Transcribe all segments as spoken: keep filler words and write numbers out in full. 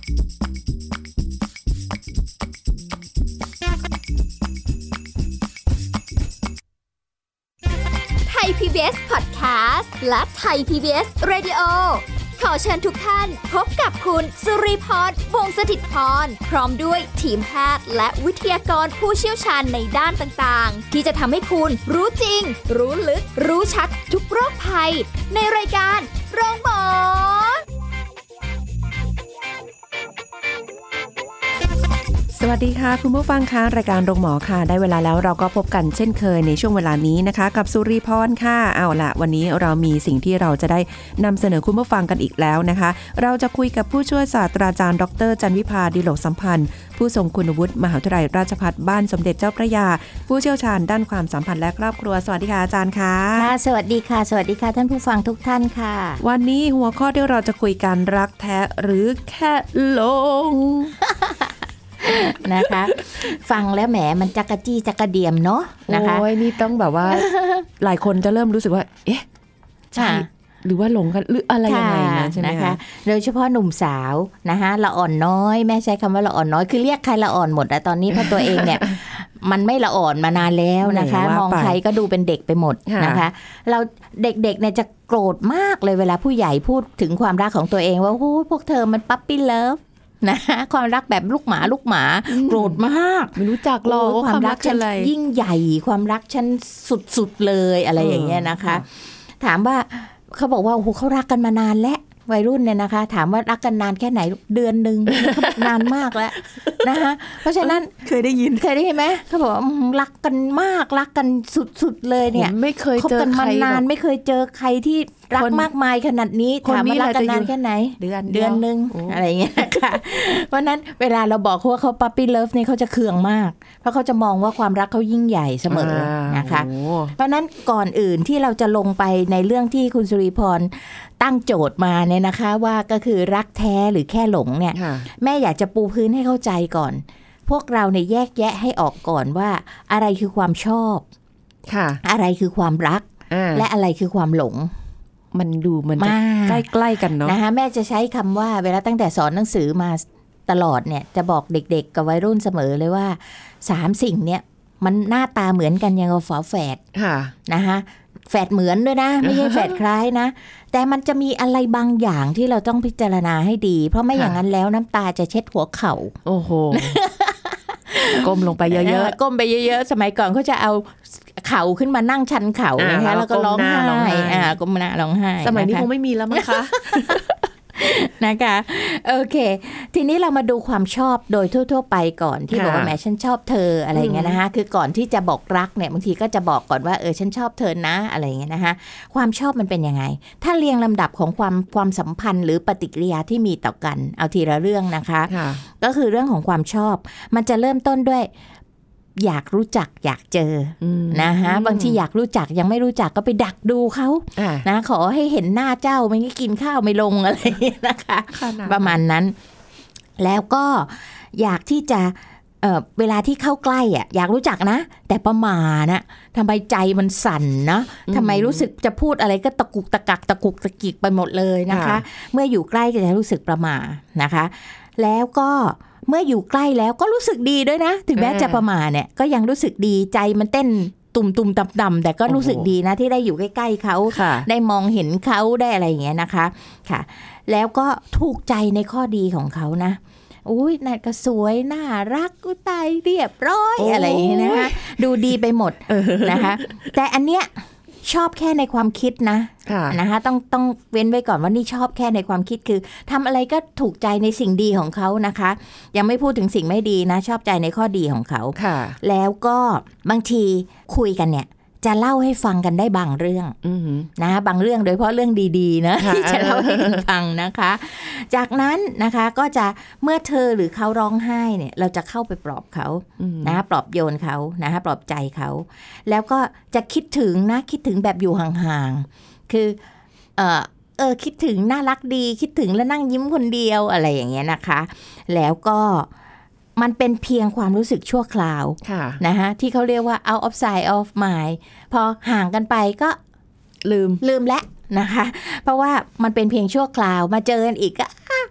ไทย พี บี เอส Podcast และไทย พี บี เอส Radio ขอเชิญทุกท่านพบกับคุณสุริพร วงศ์สถิตพรพร้อมด้วยทีมแพทย์และวิทยากรผู้เชี่ยวชาญในด้านต่างๆที่จะทำให้คุณรู้จริงรู้ลึกรู้ชัดทุกโรคภัยในรายการโรงหมอสวัสดีค่ะคุณผู้ฟังคะรายการโรงหมอค่ะได้เวลาแล้วเราก็พบกันเช่นเคยในช่วงเวลานี้นะคะกับสุริพรค่ะเอาล่ะวันนี้เรามีสิ่งที่เราจะได้นำเสนอคุณผู้ฟังกันอีกแล้วนะคะเราจะคุยกับผู้ช่วยศาสตราจารย์ดรจันวิภาดิโลกสัมพันธ์ผู้ทรงคุณวุฒิมหาวิทยาลัยราชภัฏบ้านสมเด็จเจ้าพระยาผู้เชี่ยวชาญด้านความสัมพันธ์และครอบครัวสวัสดีค่ะอาจารย์ค่ะค่ะสวัสดีค่ะสวัสดีค่ะท่านผู้ฟังทุกท่านค่ะวันนี้หัวข้อที่เราจะคุยกันรักแท้หรือแค่หลงนะคะฟังแล้วแหมมันจักระจี้จักระเดียมเนาะนะคะโอ้ยนี่ต้องแบบว่า หลายคนจะเริ่มรู้สึกว่าเอ๊ะใช่หรือว่าหลงกันหรืออะไรยังไงนะใช่ไหมคะโดยเฉพาะหนุ่มสาวนะคะละอ่อนน้อยแม่ใช้คำว่าละอ่อนน้อยคือเรียกใครละอ่อนหมดอะตอนนี้เพราะตัวเองเนี่ย มันไม่ละอ่อนมานานแล้วนะคะมองใครก็ดูเป็นเด็กไปหมดนะคะเราเด็กๆเนี่ยจะโกรธมากเลยเวลาผู้ใหญ่พูดถึงความรักของตัวเองว่าโอ้พวกเธอมันปั๊ปปี้เลิฟนะความรักแบบลูกหมาลูกหมาโกรธมากไม่รู้จักหรอกความรักฉันยิ่งใหญ่ความรักฉันสุดๆเลยอะไรอย่างเงี้ยนะคะถามว่าเขาบอกว่าโอ้โหเขารักกันมานานแล้ววัยรุ่นเนี่ยนะคะถามว่ารักกันนานแค่ไหนเดือนนึงเขาบอกนานมากแล้วนะคะเพราะฉะนั้นเคยได้ยินเคยได้ยินไหมเขาบอกรักกันมากรักกันสุดๆเลยเนี่ยไม่เคยเจอใครนานไม่เคยเจอใครที่รักมากมายขนาดนี้ถามว่ารักกันนานแค่ไหนเดือนเดือนนึงอะไรเงี้ยค่ะเพราะนั้นเวลาเราบอกว่าเขาปั๊ปปี้เลิฟเนี่ยเขาจะเคืองมากเพราะเขาจะมองว่าความรักเขายิ่งใหญ่เสมอนะคะเพราะนั้นก่อนอื่นที่เราจะลงไปในเรื่องที่คุณสุริพรตั้งโจทย์มาเนี่ยนะคะว่าก็คือรักแท้หรือแค่หลงเนี่ยแม่อยากจะปูพื้นให้เข้าใจก่อนพวกเราเนี่ยแยกแยะให้ออกก่อนว่าอะไรคือความชอบอะไรคือความรักและอะไรคือความหลงมันดูมันจะใกล้ๆกันเนาะนะคะแม่จะใช้คำว่าเวลาตั้งแต่สอนหนังสือมาตลอดเนี่ยจะบอกเด็กๆกับวัยรุ่นเสมอเลยว่าสามสิ่งเนี่ยมันหน้าตาเหมือนกันอย่างกับฝาแฝดนะคะแฝดเหมือนด้วยนะไม่ใช่แฝดคล้ายนะแต่มันจะมีอะไรบางอย่างที่เราต้องพิจารณาให้ดีเพราะไม่อย่างนั้นแล้วน้ำตาจะเช็ดหัวเข่าโอ้โหก้มลงไปเยอะๆก้มไปเยอะๆสมัยก่อนเขาจะเอาเข่าขึ้นมานั่งชันเข่านะคะแล้วก็ร้องไห้อ่าก้มหน้าร้องไห้สมัยนี้คงไม่มีแล้วมั้งคะนะคะโอเคทีนี้เรามาดูความชอบโดยทั่วๆไปก่อนที่บอกว่าแหมฉันชอบเธออะไรอย่างเงี้ยนะคะคือก่อนที่จะบอกรักเนี่ยบางทีก็จะบอกก่อนว่าเออฉันชอบเธอนะอะไรอย่างเงี้ยนะคะความชอบมันเป็นยังไงถ้าเรียงลำดับของความความสัมพันธ์หรือปฏิกิริยาที่มีต่อกันเอาทีละเรื่องนะคะก็คือเรื่องของความชอบมันจะเริ่มต้นด้วยอยากรู้จักอยากเจอนะคะบางทีอยากรู้จักยังไม่รู้จักก็ไปดักดูเขานะขอให้เห็นหน้าเจ้าไม่งั้นกินข้าวไม่ลงอะไรนะคะประมาณนั้นแล้วก็อยากที่จะเอ่อเวลาที่เข้าใกล้อ่ะอยากรู้จักนะแต่ประมาณนะทำไมใจมันสั่นนะทำไมรู้สึกจะพูดอะไรก็ตะกุกตะกักตะกุกตะกิกไปหมดเลยนะคะเมื่ออยู่ใกล้ก็จะรู้สึกประมานะคะแล้วก็เมื่ออยู่ใกล้แล้วก็รู้สึกดีด้วยนะถึงแม้จะประมาณเนี่ยก็ยังรู้สึกดีใจมันเต้นตุ่มๆต่ำๆแต่ก็รู้สึกดีนะที่ได้อยู่ใกล้ๆเขาได้มองเห็นเขาได้อะไรอย่างเงี้ยนะคะค่ะแล้วก็ถูกใจในข้อดีของเขานะอุ้ยน่าก็สวยน่ารักกุตายเรียบร้อยอะไรอย่างเงี้ยนะคะดูดีไปหมดนะคะแต่อันเนี้ยชอบแค่ในความคิดนะนะคะต้องต้องเว้นไว้ก่อนว่านี่ชอบแค่ในความคิดคือทำอะไรก็ถูกใจในสิ่งดีของเขานะคะยังไม่พูดถึงสิ่งไม่ดีนะชอบใจในข้อดีของเขาแล้วก็บางทีคุยกันเนี่ยจะเล่าให้ฟังกันได้บางเรื่องนะบางเรื่องโดยเฉพาะเรื่องดีๆนะที่จะเล่าให้ฟังนะคะจากนั้นนะคะก็จะเมื่อเธอหรือเขาร้องไห้เนี่ยเราจะเข้าไปปลอบเขานะปลอบโยนเขานะคะปลอบใจเขาแล้วก็จะคิดถึงนะคิดถึงแบบอยู่ห่างๆคือเออเออคิดถึงน่ารักดีคิดถึงแล้วนั่งยิ้มคนเดียวอะไรอย่างเงี้ยนะคะแล้วก็มันเป็นเพียงความรู้สึกชั่วคราวนะคะที่เขาเรียกว่า out of sight of mind พอห่างกันไปก็ลืมลืมแล้วนะคะเพราะว่ามันเป็นเพียงชั่วคราวมาเจอกันอีกก็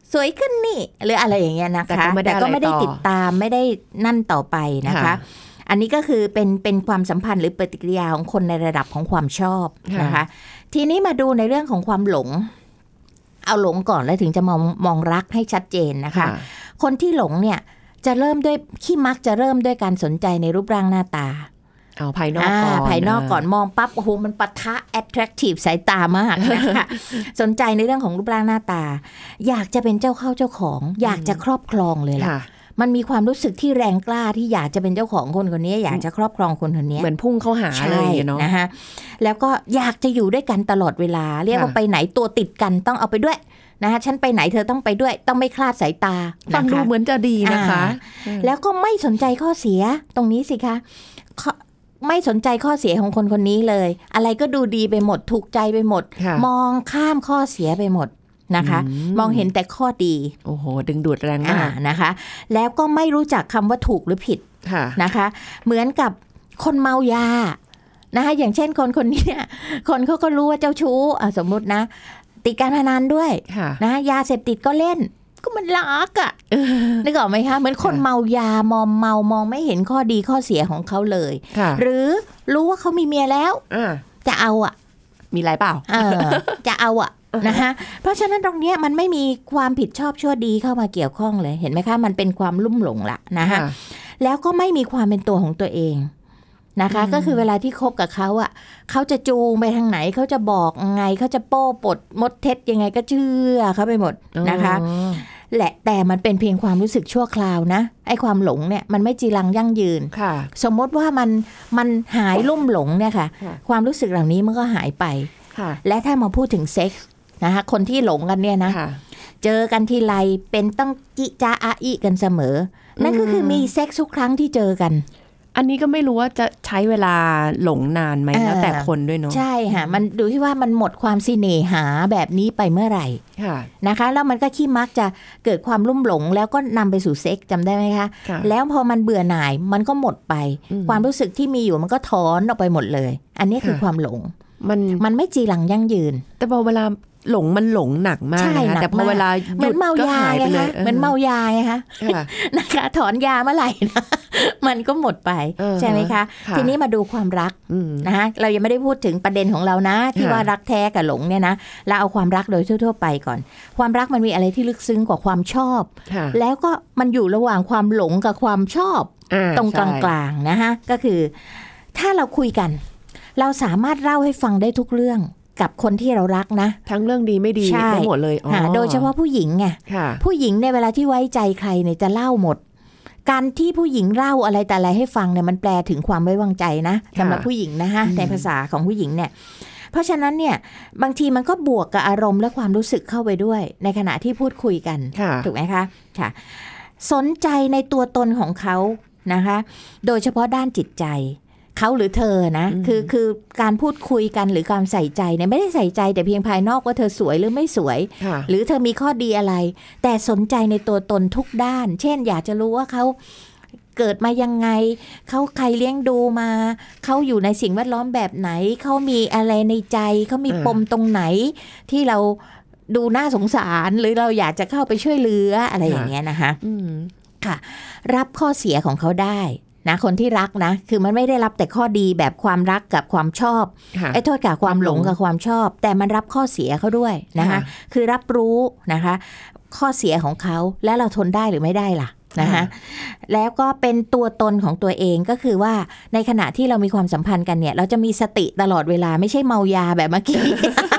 สวยขึ้นนี่หรืออะไรอย่างเงี้ยนะคะแต่ก็ไม่ได้ติดตามไม่ได้นั่นต่อไปนะคะอันนี้ก็คือเป็นเป็นความสัมพันธ์หรือปฏิกิริยาของคนในระดับของความชอบนะคะทีนี้มาดูในเรื่องของความหลงเอาหลงก่อนแล้วถึงจะมองมองรักให้ชัดเจนนะคะคนที่หลงเนี่ยจะเริ่มด้วยขี้มักจะเริ่มด้วยการสนใจในรูปร่างหน้าตาเอาภายนอกก่อนภายนอกก่อนมองปั๊บโอ้โหมันปะทะ attractive สายตามากนะคะสนใจในเรื่องของรูปร่างหน้าตาอยากจะเป็นเจ้าเข้าเจ้าของอยากจะครอบครองเลยล่ะมันมีความรู้สึกที่แรงกล้าที่อยากจะเป็นเจ้าของคนคนนี้อยากจะครอบครองคนคนนี้เหมือนพุ่งเข้าหาเลยเนาะนะคะแล้วก็อยากจะอยู่ด้วยกันตลอดเวลาเรียกว่าไปไหนตัวติดกันต้องเอาไปด้วยนะคะฉันไปไหนเธอต้องไปด้วยต้องไม่คลาดสายตาฟังดูเหมือนจะดีนะคะแล้วก็ไม่สนใจข้อเสียตรงนี้สิคะไม่สนใจข้อเสียของคนคนนี้เลยอะไรก็ดูดีไปหมดถูกใจไปหมดมองข้ามข้อเสียไปหมดนะคะมองเห็นแต่ข้อดีโอ้โหดึงดูดแรงมากนะคะแล้วก็ไม่รู้จักคำว่าถูกหรือผิดนะคะเหมือนกับคนเมายานะคะอย่างเช่นคนคนนี้คนเขาก็รู้ว่าเจ้าชู้สมมุตินะติดการพนันด้วยนะยาเสพติดก็เล่นก็มันรักอ่ะนึกออกไหมคะเหมือนคนเมายามอมเมามองไม่เห็นข้อดีข้อเสียของเขาเลยหรือรู้ว่าเขามีเมียแล้วจะเอาอ่ะมีไรเปล่าจะเอาอ่ะนะคะเพราะฉะนั้นตรงนี้มันไม่มีความผิดชอบชั่วดีเข้ามาเกี่ยวข้องเลยเห็นไหมคะมันเป็นความลุ่มหลงละนะคะแล้วก็ไม่มีความเป็นตัวของตัวเองนะคะก็คือเวลาที่คบกับเขาอ่ะเขาจะจูงไปทางไหนเขาจะบอกไงเขาจะโป้ปดมดเท็จยังไงก็เชื่อเขาไปหมดนะคะแหละแต่มันเป็นเพียงความรู้สึกชั่วคราวนะไอ้ความหลงเนี่ยมันไม่จีรังยั่งยืนสมมติว่ามันมันหายลุ่มหลงเนี่ยค่ะความรู้สึกเหล่านี้มันก็หายไปและถ้ามาพูดถึงเซ็กส์นะคะคนที่หลงกันเนี่ยนะเจอกันทีไรเป็นต้องจิจ้าอาอีกันเสมอนั่นก็คือมีเซ็กส์ทุกครั้งที่เจอกันอันนี้ก็ไม่รู้ว่าจะใช้เวลาหลงนานไหมแล้วแต่คนด้วยเนาะใช่ค่ะมันดูที่ว่ามันหมดความสิเนหาแบบนี้ไปเมื่อไหร่นะคะแล้วมันก็ขี้มักจะเกิดความลุ่มหลงแล้วก็นำไปสู่เซ็กส์จำได้ไหมคะแล้วพอมันเบื่อหน่ายมันก็หมดไปความรู้สึกที่มีอยู่มันก็ถอนออกไปหมดเลยอันนี้คือความหลงมันมันไม่จีรังยั่งยืนแต่พอเวลาหลงมันหลงหนักมากนะคะแต่พอเวลาเหมือนเมายาไงคะเหมือนเมายาไงคะนะคะถอนยาเมื่อไหร่นะมันก็หมดไปใช่ไหมคะทีนี้มาดูความรักนะคะเรายังไม่ได้พูดถึงประเด็นของเรานะที่ว่ารักแท้กับหลงเนี่ยนะเราเอาความรักโดยทั่วๆไปก่อนความรักมันมีอะไรที่ลึกซึ้งกว่าความชอบแล้วก็มันอยู่ระหว่างความหลงกับความชอบตรงกลางๆนะคะก็คือถ้าเราคุยกันเราสามารถเล่าให้ฟังได้ทุกเรื่องกับคนที่เรารักนะทั้งเรื่องดีไม่ดีทั้งหมดเลยโดยเฉพาะผู้หญิงไงผู้หญิงในเวลาที่ไว้ใจใครเนี่ยจะเล่าหมดการที่ผู้หญิงเล่าอะไรแต่อะไรให้ฟังเนี่ยมันแปลถึงความไว้วางใจนะสำหรับผู้หญิงนะคะในภาษาของผู้หญิงเนี่ยเพราะฉะนั้นเนี่ยบางทีมันก็บวกกับอารมณ์และความรู้สึกเข้าไปด้วยในขณะที่พูดคุยกันถูกไหมคะค่ะสนใจในตัวตนของเขานะคะโดยเฉพาะด้านจิตใจเขาหรือเธอนะคือคือการพูดคุยกันหรือการใส่ใจเนี่ยไม่ได้ใส่ใจแต่เพียงภายนอกว่าเธอสวยหรือไม่สวยหรือเธอมีข้อดีอะไรแต่สนใจในตัวตนทุกด้านเช่นอยากจะรู้ว่าเขาเกิดมายังไงเขาใครเลี้ยงดูมาเขาอยู่ในสิ่งแวดล้อมแบบไหนเขามีอะไรในใจเขามีปมตรงไหนที่เราดูน่าสงสารหรือเราอยากจะเข้าไปช่วยเหลืออะไรอย่างเงี้ยนะคะค่ะรับข้อเสียของเขาได้นะคนที่รักนะคือมันไม่ได้รับแต่ข้อดีแบบความรักกับความชอบไอ้โทษกับความหลงกับความชอบแต่มันรับข้อเสียเขาด้วยนะคะคือรับรู้นะคะข้อเสียของเขาแล้วเราทนได้หรือไม่ได้ล่ะนะคะแล้วก็เป็นตัวตนของตัวเองก็คือว่าในขณะที่เรามีความสัมพันธ์กันเนี่ยเราจะมีสติตลอดเวลาไม่ใช่เมายาแบบเมื่อกี้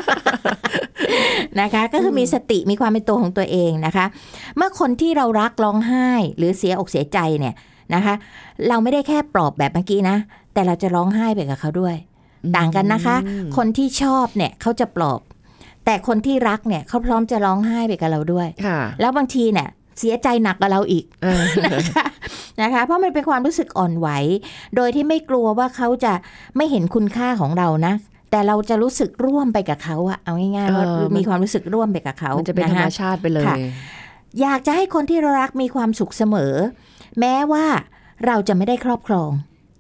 นะคะก็คือมีสติมีความเป็นตัวของตัวเองนะคะเมื่อคนที่เรารักร้องไห้หรือเสียอกเสียใจเนี่ยนะคะเราไม่ได้แค่ปลอบแบบเมื่อกี้นะแต่เราจะร้องไห้ไปกับเขาด้วยต่างกันนะคะคนที่ชอบเนี่ยเขาจะปลอบแต่คนที่รักเนี่ยเขาพร้อมจะร้องไห้ไปกับเราด้วยแล้วบางทีเนี่ยเสียใจหนักกับเราอีกนะคะนะคะเพราะมันเป็นความรู้สึกอ่อนไหวโดยที่ไม่กลัวว่าเขาจะไม่เห็นคุณค่าของเรานะแต่เราจะรู้สึกร่วมไปกับเขาอะเอาง่ายๆว่ามีความรู้สึกร่วมไปกับเขามันจะเป็นธรรมชาติไปเลยอยากจะให้คนที่เรารักมีความสุขเสมอแม้ว่าเราจะไม่ได้ครอบครอง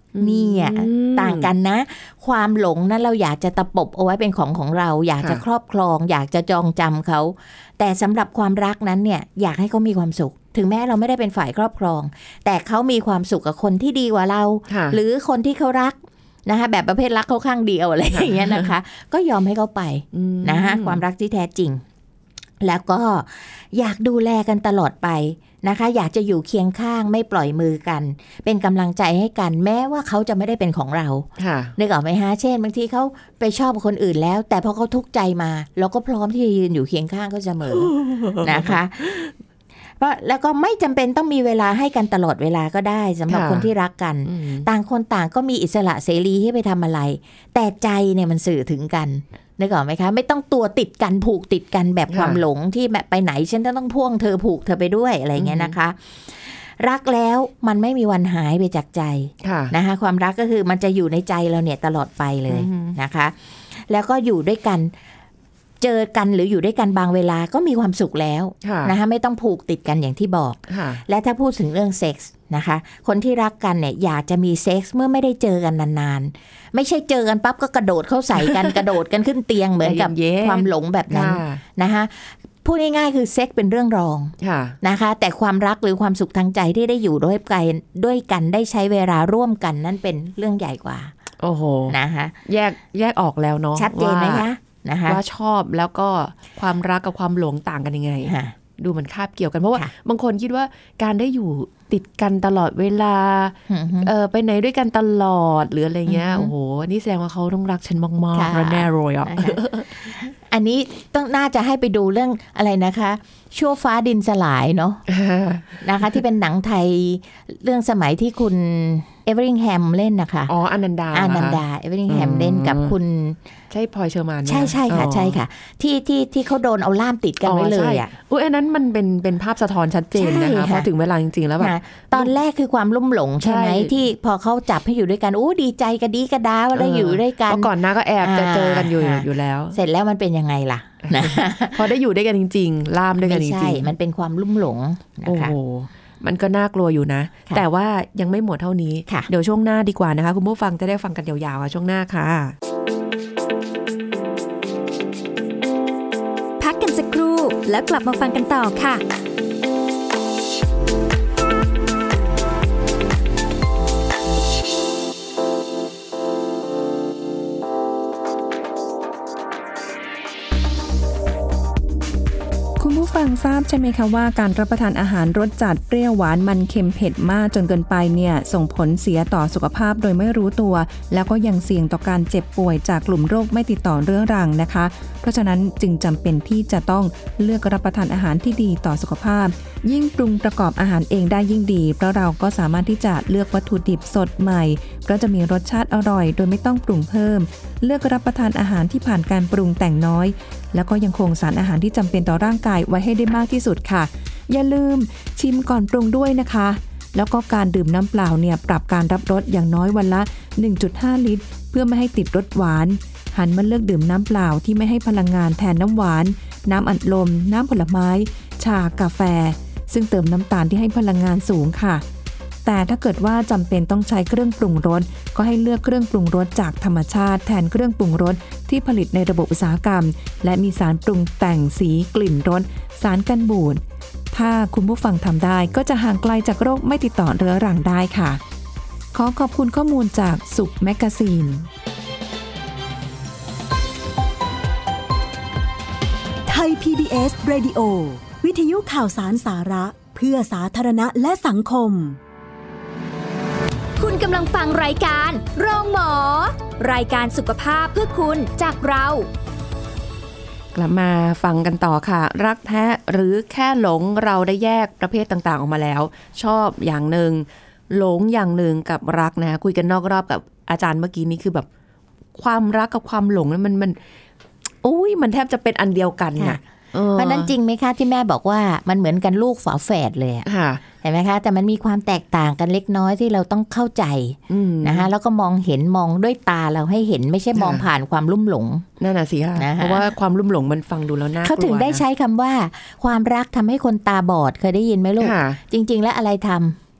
เนี่ยต่างกันนะความหลงนั้นเราอยากจะตะปบเอาไว้เป็นของของเราอยากจะครอบครองอยากจะจองจำเขาแต่สำหรับความรักนั้นเนี่ยอยากให้เขามีความสุขถึงแม้เราไม่ได้เป็นฝ่ายครอบครองแต่เขามีความสุขกับคนที่ดีกว่าเราหรือคนที่เขารักนะคะแบบประเภทรักเขาข้างเดียวอะไรอย่างเงี้ยนะคะก็ยอมให้เขาไปนะคะความรักที่แท้จริงแล้วก็อยากดูแลกันตลอดไปนะคะอยากจะอยู่เคียงข้างไม่ปล่อยมือกันเป็นกำลังใจให้กันแม้ว่าเขาจะไม่ได้เป็นของเรานึกออกไหมฮะเช่นบางทีเขาไปชอบคนอื่นแล้วแต่พอเขาทุกข์ใจมาเราก็พร้อมที่จะยืนอยู่เคียงข้างเขาเสมอ นะคะเพราะแล้วก็ไม่จำเป็นต้องมีเวลาให้กันตลอดเวลาก็ได้สำหรับคนที่รักกันต่างคนต่างก็มีอิสระเสรีให้ไปทำอะไรแต่ใจเนี่ยมันสื่อถึงกันนึกออกไหมคะไม่ต้องตัวติดกันผูกติดกันแบบความหลงที่แบบไปไหนฉันต้องพ่วงเธอผูกเธอไปด้วยอะไรเงี้ยนะคะรักแล้วมันไม่มีวันหายไปจากใจนะคะความรักก็คือมันจะอยู่ในใจเราเนี่ยตลอดไปเลยนะคะแล้วก็อยู่ด้วยกันเจอกันหรืออยู่ด้วยกันบางเวลาก็มีความสุขแล้วนะคะไม่ต้องผูกติดกันอย่างที่บอกและถ้าพูดถึงเรื่องเซ็กส์นะคะคนที่รักกันเนี่ยอยากจะมีเซ็กส์เมื่อไม่ได้เจอกันนานๆไม่ใช่เจอกันปั๊บก็กระโดดเข้าใส่กัน กระโดดกันขึ้นเตียงเหมือนกับความหลงแบบนั้นนะคะพูดง่ายๆคือเซ็กส์เป็นเรื่องรองนะคะแต่ความรักหรือความสุขทางใจที่ได้อยู่ด้วยกันด้วยกันได้ใช้เวลาร่วมกันนั่นเป็นเรื่องใหญ่กว่าโอ้โหนะคะแยกแยกออกแล้วเนาะชัดเจนไหมคะว่าชอบแล้วก็ความรักกับความหลงต่างกันยังไงดูมันคาบเกี่ยวกันเพราะว่าบางคนคิดว่าการได้อยู่ติดกันตลอดเวลาเออไปไหนด้วยกันตลอดหรืออะไรเงี้ยโอ้โหนี่แสดงว่าเขาต้องรักฉันมากๆแล้วแน่รอยอ่ะอันนี้ต้องน่าจะให้ไปดูเรื่องอะไรนะคะชั่วฟ้าดินสลายเนาะนะคะที่เป็นหนังไทยเรื่องสมัยที่คุณเอเวอริงแฮมเล่นนะคะอ๋ออนันดาอนันดาเอเวอริงแฮมเล่นกับคุณใช่พลอยเชอร์มานใช่ใช่ค่ะใช่ค่ะที่ที่ที่เขาโดนเอาล่ามติดกันไว้เลยอ่ะอุ้ยอันนั้นมันเป็นเป็นภาพสะท้อนชัดเจนนะคะพอถึงเวลาจริงๆแล้วแบบตอนแรกคือความลุ่มหลงใช่ไหมที่พอเขาจับให้อยู่ด้วยกันอู้ดีใจกระดีกระดาว่าได้อยู่ด้วยกันก่อนหน้าก็แอบจะเจอกันอยู่อยู่แล้วเสร็จแล้วมันเป็นยังไงล่ะนะพอได้อยู่ด้วยกันจริงๆล่ามด้วยกันจริงๆไม่ใช่มันเป็นความลุ่มหลงนะคะโอ้มันก็น่ากลัวอยู่นะแต่ว่ายังไม่หมดเท่านี้เดี๋ยวช่วงหน้าดีกว่านะคะคุณผู้ฟังจะได้ฟังกันยาวๆช่วงหน้าค่ะพักกันสักครู่แล้วกลับมาฟังกันต่อค่ะคุณผู้ฟังทราบใช่ไหมคะว่าการรับประทานอาหารรสจัดเปรี้ยวหวานมันเค็มเผ็ดมากจนเกินไปเนี่ยส่งผลเสียต่อสุขภาพโดยไม่รู้ตัวแล้วก็ยังเสี่ยงต่อการเจ็บป่วยจากกลุ่มโรคไม่ติดต่อเรื้อรังนะคะเพราะฉะนั้นจึงจำเป็นที่จะต้องเลือกรับประทานอาหารที่ดีต่อสุขภาพยิ่งปรุงประกอบอาหารเองได้ยิ่งดีเพราะเราก็สามารถที่จะเลือกวัตถุดิบสดใหม่เพราะจะมีรสชาติอร่อยโดยไม่ต้องปรุงเพิ่มเลือกรับประทานอาหารที่ผ่านการปรุงแต่งน้อยแล้วก็ยังคงสารอาหารที่จำเป็นต่อร่างกายไว้ให้ได้มากที่สุดค่ะอย่าลืมชิมก่อนปรุงด้วยนะคะแล้วก็การดื่มน้ำเปล่าเนี่ยปรับการรับรสอย่างน้อยวันละ หนึ่งจุดห้า ลิตรเพื่อไม่ให้ติดรสหวานหันมาเลือกดื่มน้ำเปล่าที่ไม่ให้พลังงานแทนน้ำหวานน้ำอัดลมน้ำผลไม้ชากาแฟซึ่งเติมน้ำตาลที่ให้พลังงานสูงค่ะแต่ถ้าเกิดว่าจำเป็นต้องใช้เครื่องปรุงรสก็ให้เลือกเครื่องปรุงรสจากธรรมชาติแทนเครื่องปรุงรสที่ผลิตในระบบอุตสาหกรรมและมีสารปรุงแต่งสีกลิ่นรสสารกันบูดถ้าคุณผู้ฟังทำได้ก็จะห่างไกลจากโรคไม่ติดต่อเรื้อรังได้ค่ะขอขอบคุณข้อมูลจากสุขแมกกาซีนไทย พี บี เอส Radio วิทยุข่าวสารสาระเพื่อสาธารณะและสังคมคุณกำลังฟังรายการโรงหมอรายการสุขภาพเพื่อคุณจากเรากลับมาฟังกันต่อค่ะรักแท้หรือแค่หลงเราได้แยกประเภทต่างๆออกมาแล้วชอบอย่างหนึ่งหลงอย่างหนึ่งกับรักนะคุยกันนอกรอบกับอาจารย์เมื่อกี้นี้คือแบบความรักกับความหลงนั้นมันมันอุ้ยมันแทบจะเป็นอันเดียวกันน่ะเพราะนั้นจริงไหมคะที่แม่บอกว่ามันเหมือนกันลูกฝาแฝดเลยเห็นไหมคะแต่มันมีความแตกต่างกันเล็กน้อยที่เราต้องเข้าใจนะคะแล้วก็มองเห็นมองด้วยตาเราให้เห็นไม่ใช่มองผ่านความลุ่มหลงนั่นน่ะสิค่ะเพราะว่าความลุ่มหลงมันฟังดูแล้วน่ากลัวเขาถึงได้ใช้คำว่าความรักทำให้คนตาบอดเคยได้ยินไหมลูกจริงๆแล้วอะไรท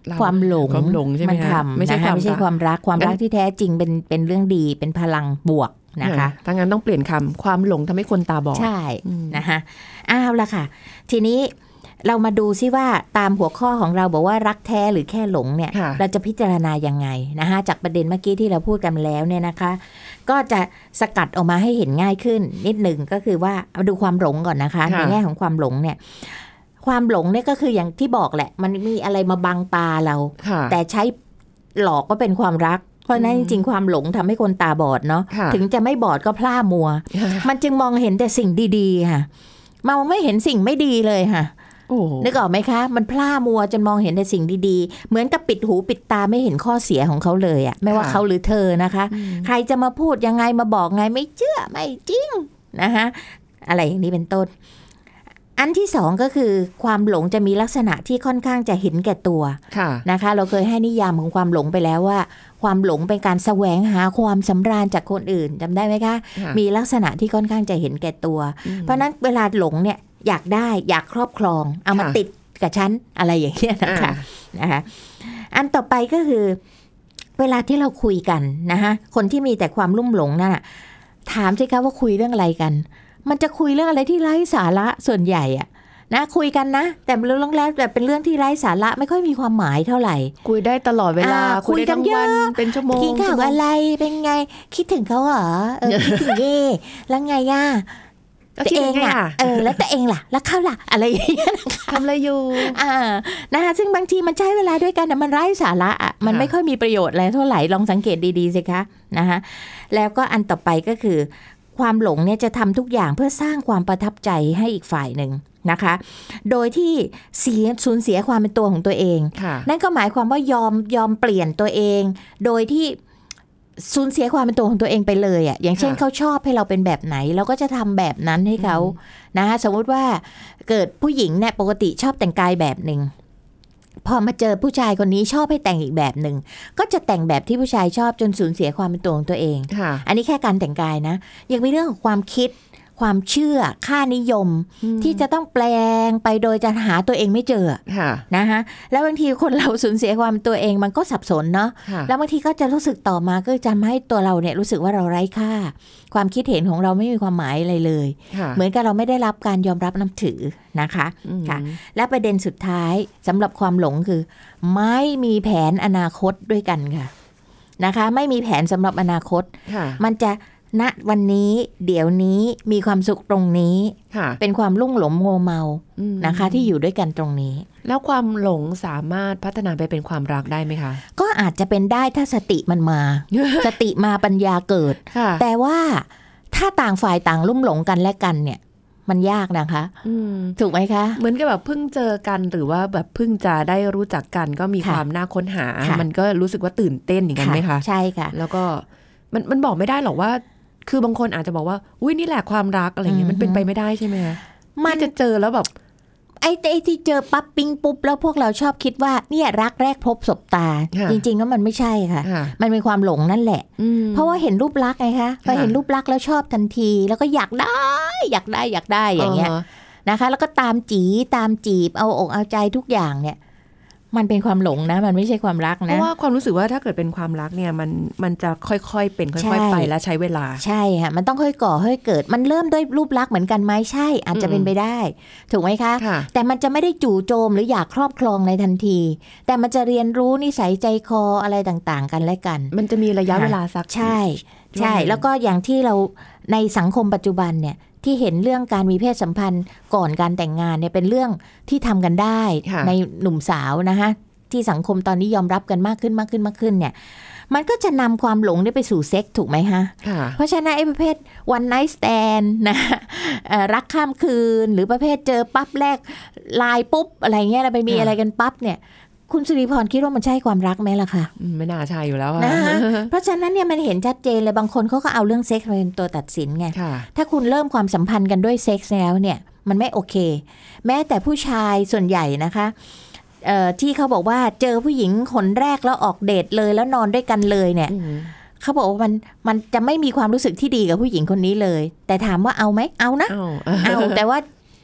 ความหลงความหลงใช่ไหมคะไม่ใช่ความไม่ใช่ความรักความรักที่แท้จริงเป็นเป็นเรื่องดีเป็นพลังบวกนะคะถ้างั้นต้องเปลี่ยนคำความหลงทำให้คนตาบอดใช่นะคะอ้าวละค่ะทีนี้เรามาดูซิว่าตามหัวข้อของเราบอกว่ารักแท้หรือแค่หลงเนี่ยเราจะพิจารณายังไงนะคะจากประเด็นเมื่อกี้ที่เราพูดกันแล้วเนี่ยนะคะก็จะสกัดออกมาให้เห็นง่ายขึ้นนิดหนึ่งก็คือว่ามาดูความหลงก่อนนะคะในแง่ของความหลงเนี่ยความหลงเนี่ยก็คืออย่างที่บอกแหละมันมีอะไรมาบังตาเราแต่ใช้หลอกก็เป็นความรักเพราะนั้นจริงๆความหลงทำให้คนตาบอดเนาะถึงจะไม่บอดก็พล่ามัวมันจึงมองเห็นแต่สิ่งดีๆค่ะมองไม่เห็นสิ่งไม่ดีเลยค่ะนึกออกไหมคะมันพล่ามัวจนมองเห็นแต่สิ่งดีๆเหมือนกับปิดหูปิดตาไม่เห็นข้อเสียของเขาเลยอะไม่ว่าเขาหรือเธอนะคะใครจะมาพูดยังไงมาบอกไงไม่เชื่อไม่จริงนะคะอะไรอย่างนี้เป็นต้นอันที่สองก็คือความหลงจะมีลักษณะที่ค่อนข้างจะเห็นแก่ตัวนะคะเราเคยให้นิยามของความหลงไปแล้วว่าความหลงเป็นการแสวงหาความสำราญจากคนอื่นจำได้ไหมคะมีลักษณะที่ค่อนข้างจะเห็นแก่ตัวเพราะนั้นเวลาหลงเนี่ยอยากได้อยากครอบครองเอามาติดกับฉันอะไรอย่างเงี้ยนะคะนะคะอันต่อไปก็คือเวลาที่เราคุยกันนะคะคนที่มีแต่ความลุ่มหลงนั่นน่ะถามสิคะว่าคุยเรื่องอะไรกันมันจะคุยเรื่องอะไรที่ไร้สาระส่วนใหญ่อะนะคุยกันนะแต่เรื่องแล้วแต่เป็นเรื่องที่ไร้สาระไม่ค่อยมีความหมายเท่าไหร่คุยได้ตลอดเวลาคุยกันเยอะเป็นชั่วโมงกินข้าวอะไรเป็นไงคิดถึงเขาเหรอเออคิดถึงเย่แล้วไงย่าตัวเองอ่ะเออแล้วตัวเองล่ะแล้วเขาล่ะอะไรอย่างเงี้ยทำอะไรอยู่อ่านะคะซึ่งบางทีมันใช้เวลาด้วยกันนะมันไร้สาระอ่ะมันไม่ค่อยมีประโยชน์อะไรเท่าไหร่ลองสังเกตดีๆสิคะนะคะแล้วก็อันต่อไปก็คือความหลงเนี่ยจะทำทุกอย่างเพื่อสร้างความประทับใจให้อีกฝ่ายหนึ่งนะคะโดยที่เสียสูญเสียความเป็นตัวของตัวเองนั่นก็หมายความว่ายอมยอมเปลี่ยนตัวเองโดยที่สูญเสียความเป็นตัวของตัวเองไปเลยอ่ะอย่างเช่นเขาชอบให้เราเป็นแบบไหนเราก็จะทำแบบนั้นให้เขานะคะสมมุติว่าเกิดผู้หญิงเนี่ยปกติชอบแต่งกายแบบหนึ่งพอมาเจอผู้ชายคนนี้ชอบให้แต่งอีกแบบหนึ่งก็จะแต่งแบบที่ผู้ชายชอบจนสูญเสียความเป็นตัวของตัวเองอันนี้แค่การแต่งกายนะยังมีเรื่องของความคิดความเชื่อค่านิยมที่จะต้องแปลงไปโดยจะหาตัวเองไม่เจอนะคะแล้วบางทีคนเราสูญเสียความเป็นตัวเองมันก็สับสนเนาะแล้วบางทีก็จะรู้สึกต่อมาก็จะให้ตัวเราเนี่ยรู้สึกว่าเราไร้ค่าความคิดเห็นของเราไม่มีความหมายอะไรเลยเหมือนกับเราไม่ได้รับการยอมรับนับถือนะคะค่ะและประเด็นสุดท้ายสำหรับความหลงคือไม่มีแผนอนาคตด้วยกันค่ะนะคะไม่มีแผนสำหรับอนาคตมันจะณวันนี้เดี๋ยวนี้มีความสุขตรงนี้เป็นความลุ่งหลงโงเมานะคะที่อยู่ด้วยกันตรงนี้แล้วความหลงสามารถพัฒนาไปเป็นความรักได้ไหมคะก็อาจจะเป็นได้ถ้าสติมันมา สติมาปัญญาเกิดแต่ว่าถ้าต่างฝ่ายต่างลุ่มหลงกันและกันเนี่ยมันยากนะคะถูกไหมคะเหมือนกับแบบเพิ่งเจอกันหรือว่าแบบเพิ่งจะได้รู้จักกันก็มีความน่าค้นหามันก็รู้สึกว่าตื่นเต้นอย่างนั้นไหมคะใช่ค่ะแล้วก็มันมันบอกไม่ได้หรอกว่าคือบางคนอาจจะบอกว่าอุ้ยนี่แหละความรักอะไรเงี้ยมันเป็นไปไม่ได้ใช่ไหมคะมันจะเจอแล้วแบบไอ้ไอ้ที่เจอปั๊บปิ๊งปุ๊บแล้วพวกเราชอบคิดว่าเนี่ยรักแรกพบศพตาจริงๆแล้วมันไม่ใช่ค่ะมันเป็นความหลงนั่นแหละเพราะว่าเห็นรูปลักษณ์ไงคะพอเห็นรูปลักษณ์แล้วชอบทันทีแล้วก็อยากได้อยากได้อยากได้อย่างเงี้ยนะคะแล้วก็ตามจีตามจีบเอาอกเอาใจทุกอย่างเนี่ยมันเป็นความหลงนะมันไม่ใช่ความรักนะเพราะว่าความรู้สึกว่าถ้าเกิดเป็นความรักเนี่ยมันมันจะค่อยๆเป็นค่อยๆไปและใช้เวลาใช่ค่ะมันต้องค่อยก่อค่อยเกิดมันเริ่มด้วยรูปลักษณ์เหมือนกันไหมใช่อาจจะเป็นไปได้ถูกไหมคะแต่มันจะไม่ได้จู่โจมหรืออยากครอบครองในทันทีแต่มันจะเรียนรู้นิสัยใจคออะไรต่างๆกันและกันมันจะมีระยะเวลาสักใช่ใช่แล้วก็อย่างที่เราในสังคมปัจจุบันเนี่ยที่เห็นเรื่องการมีเพศสัมพันธ์ก่อนการแต่งงานเนี่ยเป็นเรื่องที่ทำกันได้ในหนุ่มสาวนะคะที่สังคมตอนนี้ยอมรับกันมากขึ้นมากขึ้นมากขึ้นเนี่ยมันก็จะนำความหลงได้ไปสู่เซ็กส์ถูกไหมฮะเพราะฉะนั้นไอ้ประเภท one night stand นะรักข้ามคืนหรือประเภทเจอปั๊บแรกไลน์ปุ๊บอะไรเงี้ยเราไปมีอะไรกันปั๊บเนี่ยคุณสุริพรคิดว่ามันใช่ความรักไหมล่ะคะไม่น่าใช่อยู่แล้วนะเพราะฉะนั้นเนี่ยมันเห็นชัดเจนเลยบางคนเขาก็เอาเรื่องเซ็กส์เป็นตัวตัดสินไงถ้าคุณเริ่มความสัมพันธ์กันด้วยเซ็กส์แล้วเนี่ยมันไม่โอเคแม้แต่ผู้ชายส่วนใหญ่นะคะเอ่อที่เขาบอกว่าเจอผู้หญิงคนแรกแล้วออกเดทเลยแล้วนอนด้วยกันเลยเนี่ยเขาบอกว่ามันมันจะไม่มีความรู้สึกที่ดีกับผู้หญิงคนนี้เลยแต่ถามว่าเอาไหมเอานะเอาแต่ว่า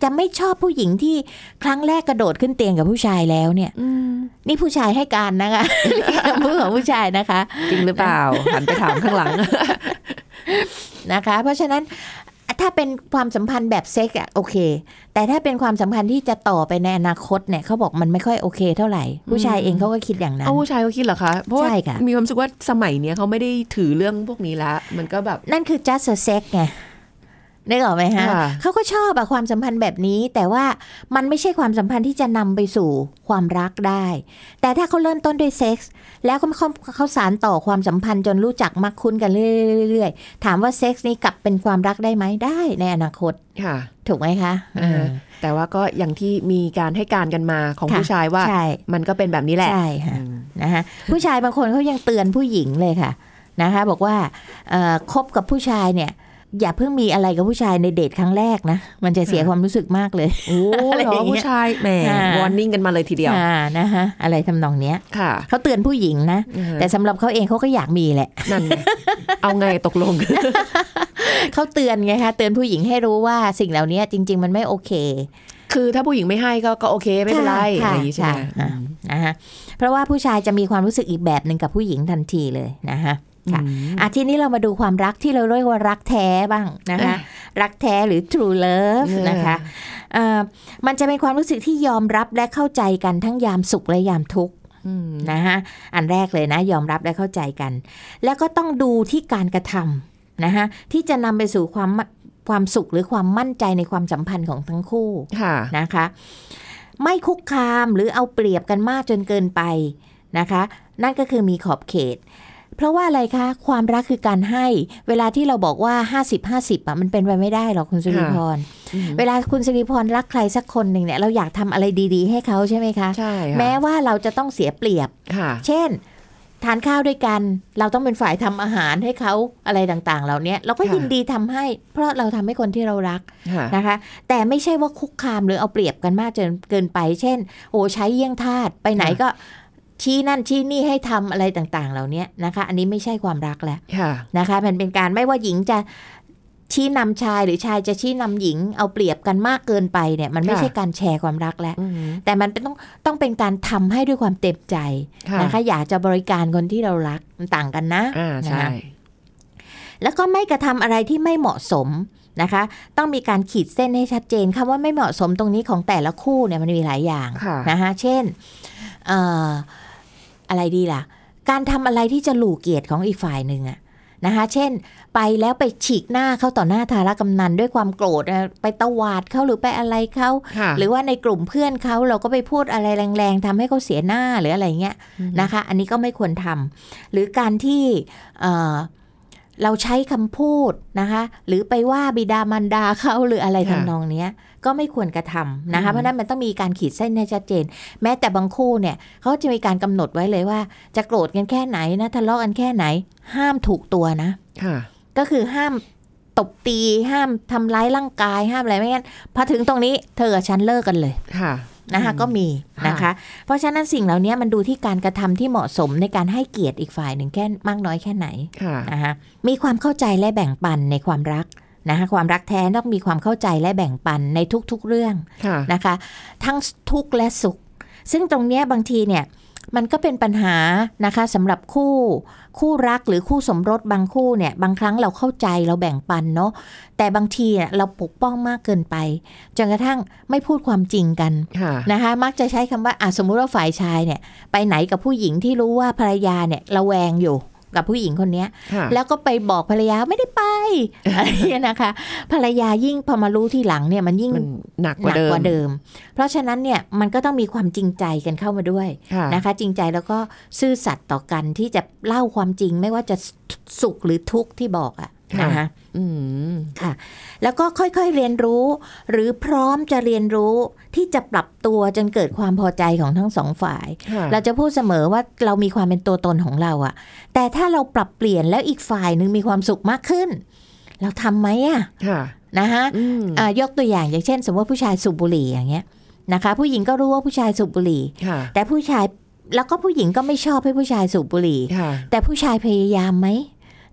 จะไม่ชอบผู้หญิงที่ครั้งแรกกระโดดขึ้นเตียงกับผู้ชายแล้วเนี่ยนี่ผู้ชายให้การนะคะ พูดของผู้ชายนะคะจริงหรือเปล่าหันไปถามข้างหลังนะคะเพราะฉะนั้นถ้าเป็นความสัมพันธ์แบบเซ็กอะโอเคแต่ถ้าเป็นความสัมพันธ์ที่จะต่อไปในอนาคตเนี่ยเขาบอกมันไม่ค่อยโอเคเท่าไหร่ผู้ชายเองเขาก็คิดอย่างนั้นเอาผู้ชายเขาคิดเหรอคะเพราะว่ามีความรู้สึกว่าสมัยนี้เขาไม่ได้ถือเรื่องพวกนี้แล้วมันก็แบบนั่นคือ just a sex ไงได้หรอไหมฮะเขาก็ชอบอะความสัมพันธ์แบบนี้แต่ว่ามันไม่ใช่ความสัมพันธ์ที่จะนำไปสู่ความรักได้แต่ถ้าเขาเริ่มต้นด้วยเซ็กส์แล้วก็เขาเขาสานต่อความสัมพันธ์จนรู้จักมักคุ้นกันเรื่อยๆถามว่าเซ็กส์นี้กลับเป็นความรักได้ไหมได้ในอนาคตถูกไหมคะแต่ว่าก็อย่างที่มีการให้การกันมาของผู้ชายว่ามันก็เป็นแบบนี้แหละใช่ค่ะนะคะผู้ชายบางคนเขายังเตือนผู้หญิงเลยค่ะนะคะบอกว่าคบกับผู้ชายเนี่ยอย่าเพิ่งมีอะไรกับผู้ชายในเดทครั้งแรกนะมันจะเสียความรู้สึกมากเลยโอ้อะไรอย่างเงี้ยผู้ชายแหมวอร์นิ่งกันมาเลยทีเดียวนะคะอะไรทำนองเนี้ยเขาเตือนผู้หญิงนะแต่สำหรับเขาเองเขาก็อยากมีแหละนั่นเอาไงตกลงเขาเตือนไงคะเตือนผู้หญิงให้รู้ว่าสิ่งเหล่านี้จริงๆมันไม่โอเคคือถ้าผู้หญิงไม่ให้ก็ก็โอเคไม่เป็นไรอะไรอย่างนี้ใช่ไหมนะคะเพราะว่าผู้ชายจะมีความรู้สึกอีกแบบนึงกับผู้หญิงทันทีเลยนะคะค่ะอ่ะทีนี้เรามาดูความรักที่เราเรียกว่ารักแท้บ้างนะคะรักแท้หรือ true love นะคะอ่ามันจะเป็นความรู้สึกที่ยอมรับและเข้าใจกันทั้งยามสุขและยามทุกข์นะคะอันแรกเลยนะยอมรับและเข้าใจกันแล้วก็ต้องดูที่การกระทำนะคะที่จะนำไปสู่ความความสุขหรือความมั่นใจในความสัมพันธ์ของทั้งคู่นะคะไม่คุกคามหรือเอาเปรียบกันมากจนเกินไปนะคะนั่นก็คือมีขอบเขตเพราะว่าอะไรคะความรักคือการให้เวลาที่เราบอกว่าห้าสิบ ห้าสิบอ่ะมันเป็นไปไม่ได้หรอกคุณสิริพรเวลาคุณสิริพรรักใครสักคนหนึ่งเนี่ยเราอยากทำอะไรดีๆให้เขาใช่ไหมคะใช่แม้ว่าเราจะต้องเสียเปรียบเช่นทานข้าวด้วยกันเราต้องเป็นฝ่ายทำอาหารให้เขาอะไรต่างๆเหล่านี้เราก็ยินดีทำให้เพราะเราทำให้คนที่เรารักนะคะแต่ไม่ใช่ว่าคุกคามหรือเอาเปรียบกันมากจนเกินไปเช่นโอ้ใช้เยี่ยงทาสไปไหนก็ชี้นั่นชี้นี่ให้ทำอะไรต่างๆเหล่านี้นะคะอันนี้ไม่ใช่ความรักแล้วนะคะมันเป็นการไม่ว่าหญิงจะชี้นำชายหรือชายจะชี้นำหญิงเอาเปรียบกันมากเกินไปเนี่ยมันไม่ใช่การแชร์ความรักแล้วแต่มันเป็นต้องต้องเป็นการทำให้ด้วยความเต็มใจนะคะอยากจะบริการคนที่เรารักมันต่างกันนะนะคะแล้วก็ไม่กระทำอะไรที่ไม่เหมาะสมนะคะต้องมีการขีดเส้นให้ชัดเจนคำว่าไม่เหมาะสมตรงนี้ของแต่ละคู่เนี่ยมันมีหลายอย่างนะคะเช่นเอ่ออะไรดีล่ะการทำอะไรที่จะหลู่เกียรติของอีกฝ่ายหนึ่งอะนะคะเช่นไปแล้วไปฉีกหน้าเขาต่อหน้าทารกำนันด้วยความโกรธไปตวาดเขาหรือไปอะไรเขาหรือว่าในกลุ่มเพื่อนเขาเราก็ไปพูดอะไรแรงๆทำให้เขาเสียหน้าหรืออะไรเงี้ยนะคะอันนี้ก็ไม่ควรทำหรือการที่เอ่อเราใช้คำพูดนะคะหรือไปว่าบิดามารดาเขาหรืออะไรทำนองนี้ก็ไม่ควรกระทำนะคะเพราะนั้นมันต้องมีการขีดเส้นให้ชัดเจนแม้แต่บางคู่เนี่ยเขาจะมีการกำหนดไว้เลยว่าจะโกรธกันแค่ไหนนะทะเลาะกันแค่ไหนห้ามถูกตัวนะก็คือห้ามตบตีห้ามทำร้ายร่างกายห้ามอะไรไม่งั้นพอถึงตรงนี้เธอกับฉันเลิกกันเลยนะคะก็มีนะคะเพราะฉะนั้นสิ่งเหล่านี้มันดูที่การกระทำที่เหมาะสมในการให้เกียรติอีกฝ่ายหนึ่งแค่มากน้อยแค่ไหนนะคะมีความเข้าใจและแบ่งปันในความรักนะคะความรักแท้ต้องมีความเข้าใจและแบ่งปันในทุกๆเรื่องนะคะทั้งทุกข์และสุขซึ่งตรงนี้บางทีเนี่ยมันก็เป็นปัญหานะคะสำหรับคู่คู่รักหรือคู่สมรสบางคู่เนี่ยบางครั้งเราเข้าใจเราแบ่งปันเนาะแต่บางทีเราปกป้องมากเกินไปจนกระทั่งไม่พูดความจริงกันนะคะมักจะใช้คำว่าอ่ะสมมุติว่าฝ่ายชายเนี่ยไปไหนกับผู้หญิงที่รู้ว่าภรรยาเนี่ยระแวงอยู่กับผู้หญิงคนนี้แล้วก็ไปบอกภรรยาไม่ได้ไปอะไรนะคะภรรยายิ่งพอมารู้ทีหลังเนี่ยมันยิ่งหนักกว่าเดิมเพราะฉะนั้นเนี่ยมันก็ต้องมีความจริงใจกันเข้ามาด้วยนะคะจริงใจแล้วก็ซื่อสัตย์ต่อกันที่จะเล่าความจริงไม่ว่าจะสุขหรือทุกข์ที่บอกอะนะคะค่ะแล้วก็ค่อยๆเรียนรู้หรือพร้อมจะเรียนรู้ที่จะปรับตัวจนเกิดความพอใจของทั้งสองฝ่ายเราจะพูดเสมอว่าเรามีความเป็นตัวตนของเราอะแต่ถ้าเราปรับเปลี่ยนแล้วอีกฝ่ายนึงมีความสุขมากขึ้นเราทำไหมอะนะคะยกตัวอย่างอย่างเช่นสมมติว่าผู้ชายสูบบุหรี่อย่างเงี้ยนะคะผู้หญิงก็รู้ว่าผู้ชายสูบบุหรี่แต่ผู้ชายแล้วก็ผู้หญิงก็ไม่ชอบให้ผู้ชายสูบบุหรี่แต่ผู้ชายพยายามไหม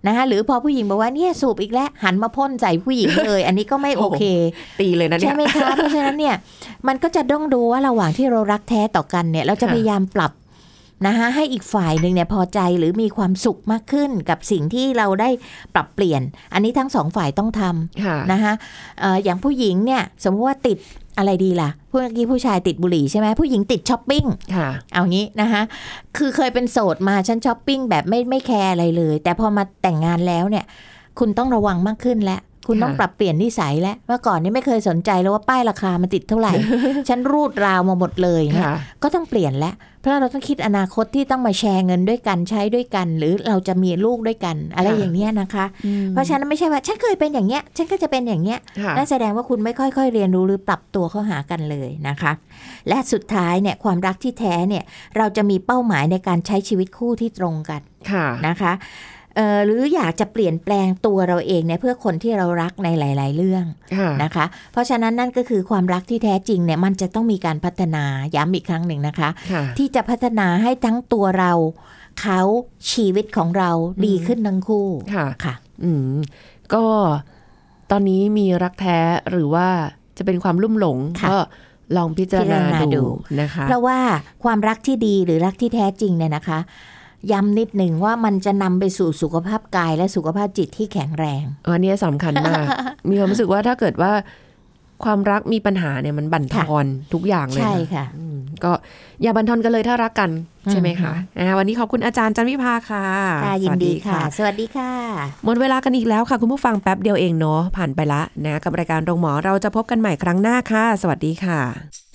นะคะหรือพอผู้หญิงบอกว่าเนี่ยสูบอีกแล้วหันมาพ่นใส่ผู้หญิงเลย อันนี้ก็ไม่โอเคตีเลยนะเนี่ยใช่ไหมคะเพราะฉะนั้นเนี่ยมันก็จะต้องดูว่าระหว่างที่เรารักแท้ต่อกันเนี่ยเราจะพยายามปรับนะคะให้อีกฝ่ายหนึ่งเนี่ยพอใจหรือมีความสุขมากขึ้นกับสิ่งที่เราได้ปรับเปลี่ยนอันนี้ทั้งสองฝ่ายต้องทำนะคะเอ่ออย่างผู้หญิงเนี่ยสมมติว่าติดอะไรดีล่ะเมื่อกี้ผู้ชายติดบุหรี่ใช่ไหมผู้หญิงติดช้อปปิ้งเอางี้นะคะคือเคยเป็นโสดมาฉันช้อปปิ้งแบบไม่ไม่แคร์อะไรเลยแต่พอมาแต่งงานแล้วเนี่ยคุณต้องระวังมากขึ้นแล้วคุณต้องปรับเปลี่ยนนิสัยแล้วเมื่อก่อนนี่ไม่เคยสนใจเลยว่าป้ายราคามันติดเท่าไหร่ ฉันรูดราวมาหมดเลยเนี่ยก็ต้องเปลี่ยนแล้วเพราะเราต้องคิดอนาคตที่ต้องมาแชร์เงินด้วยกันใช้ด้วยกันหรือเราจะมีลูกด้วยกันอะไรอย่างเนี้ยนะคะเพราะฉะนั้นไม่ใช่ว่าฉันเคยเป็นอย่างเงี้ยฉันก็จะเป็นอย่างเงี้ยนั่นแสดงว่าคุณไม่ค่อยๆเรียนรู้หรือปรับตัวเข้าหากันเลยนะคะและสุดท้ายเนี่ยความรักที่แท้เนี่ยเราจะมีเป้าหมายในการใช้ชีวิตคู่ที่ตรงกันนะคะเอ่อหรืออยากจะเปลี่ยนแปลงตัวเราเองเนี่ยเพื่อคนที่เรารักในหลายๆเรื่องนะคะเพราะฉะนั้นนั่นก็คือความรักที่แท้จริงเนี่ยมันจะต้องมีการพัฒนาย้ำอีกครั้งหนึ่งนะคะที่จะพัฒนาให้ทั้งตัวเราเขาชีวิตของเราดีขึ้นทั้งคู่ค่ะค่ะอืมก็ตอนนี้มีรักแท้หรือว่าจะเป็นความลุ่มหลงก็ลองพิจารณาดูนะคะเพราะว่าความรักที่ดีหรือรักที่แท้จริงเนี่ยนะคะย้ำนิดหนึ่งว่ามันจะนำไปสู่สุขภาพกายและสุขภาพจิตที่แข็งแรงอันนี้สำคัญมาก มีความรู้สึกว่าถ้าเกิดว่าความรักมีปัญหาเนี่ยมันบั่นทอนทุกอย่างเลยใช่ค่ะก็อย่าบั่นทอนกันเลยถ้ารักกันใช่ไหมคะวันนี้ขอบคุณอาจารย์จันวิภาค่ะค่ะยินดีค่ะสวัสดีค่ะหมดเวลากันอีกแล้วค่ะคุณผู้ฟังแป๊บเดียวเองเนาะผ่านไปละนะกับรายการโรงหมอเราจะพบกันใหม่ครั้งหน้าค่ะสวัสดีค่ะ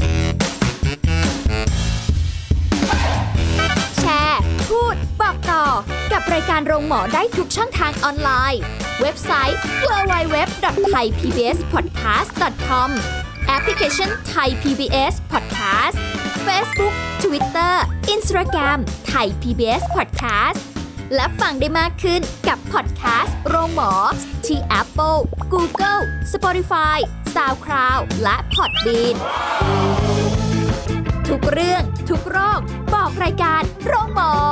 พูดบอกต่อกับรายการโรงหมอได้ทุกช่องทางออนไลน์เว็บไซต์ ดับเบิลยู ดับเบิลยู ดับเบิลยู ดอท ไทย พี บี เอส พอดแคสต์ ดอท คอม แอปพลิเคชัน Thai พี บี เอส Podcast Facebook Twitter Instagram Thai พี บี เอส Podcast และฟังได้มากขึ้นกับพอดแคสต์โรงหมอที่ Apple, Google, Spotify, SoundCloud และ Podbeanทุกเรื่องทุกโรคบอกรายการโรงหมอ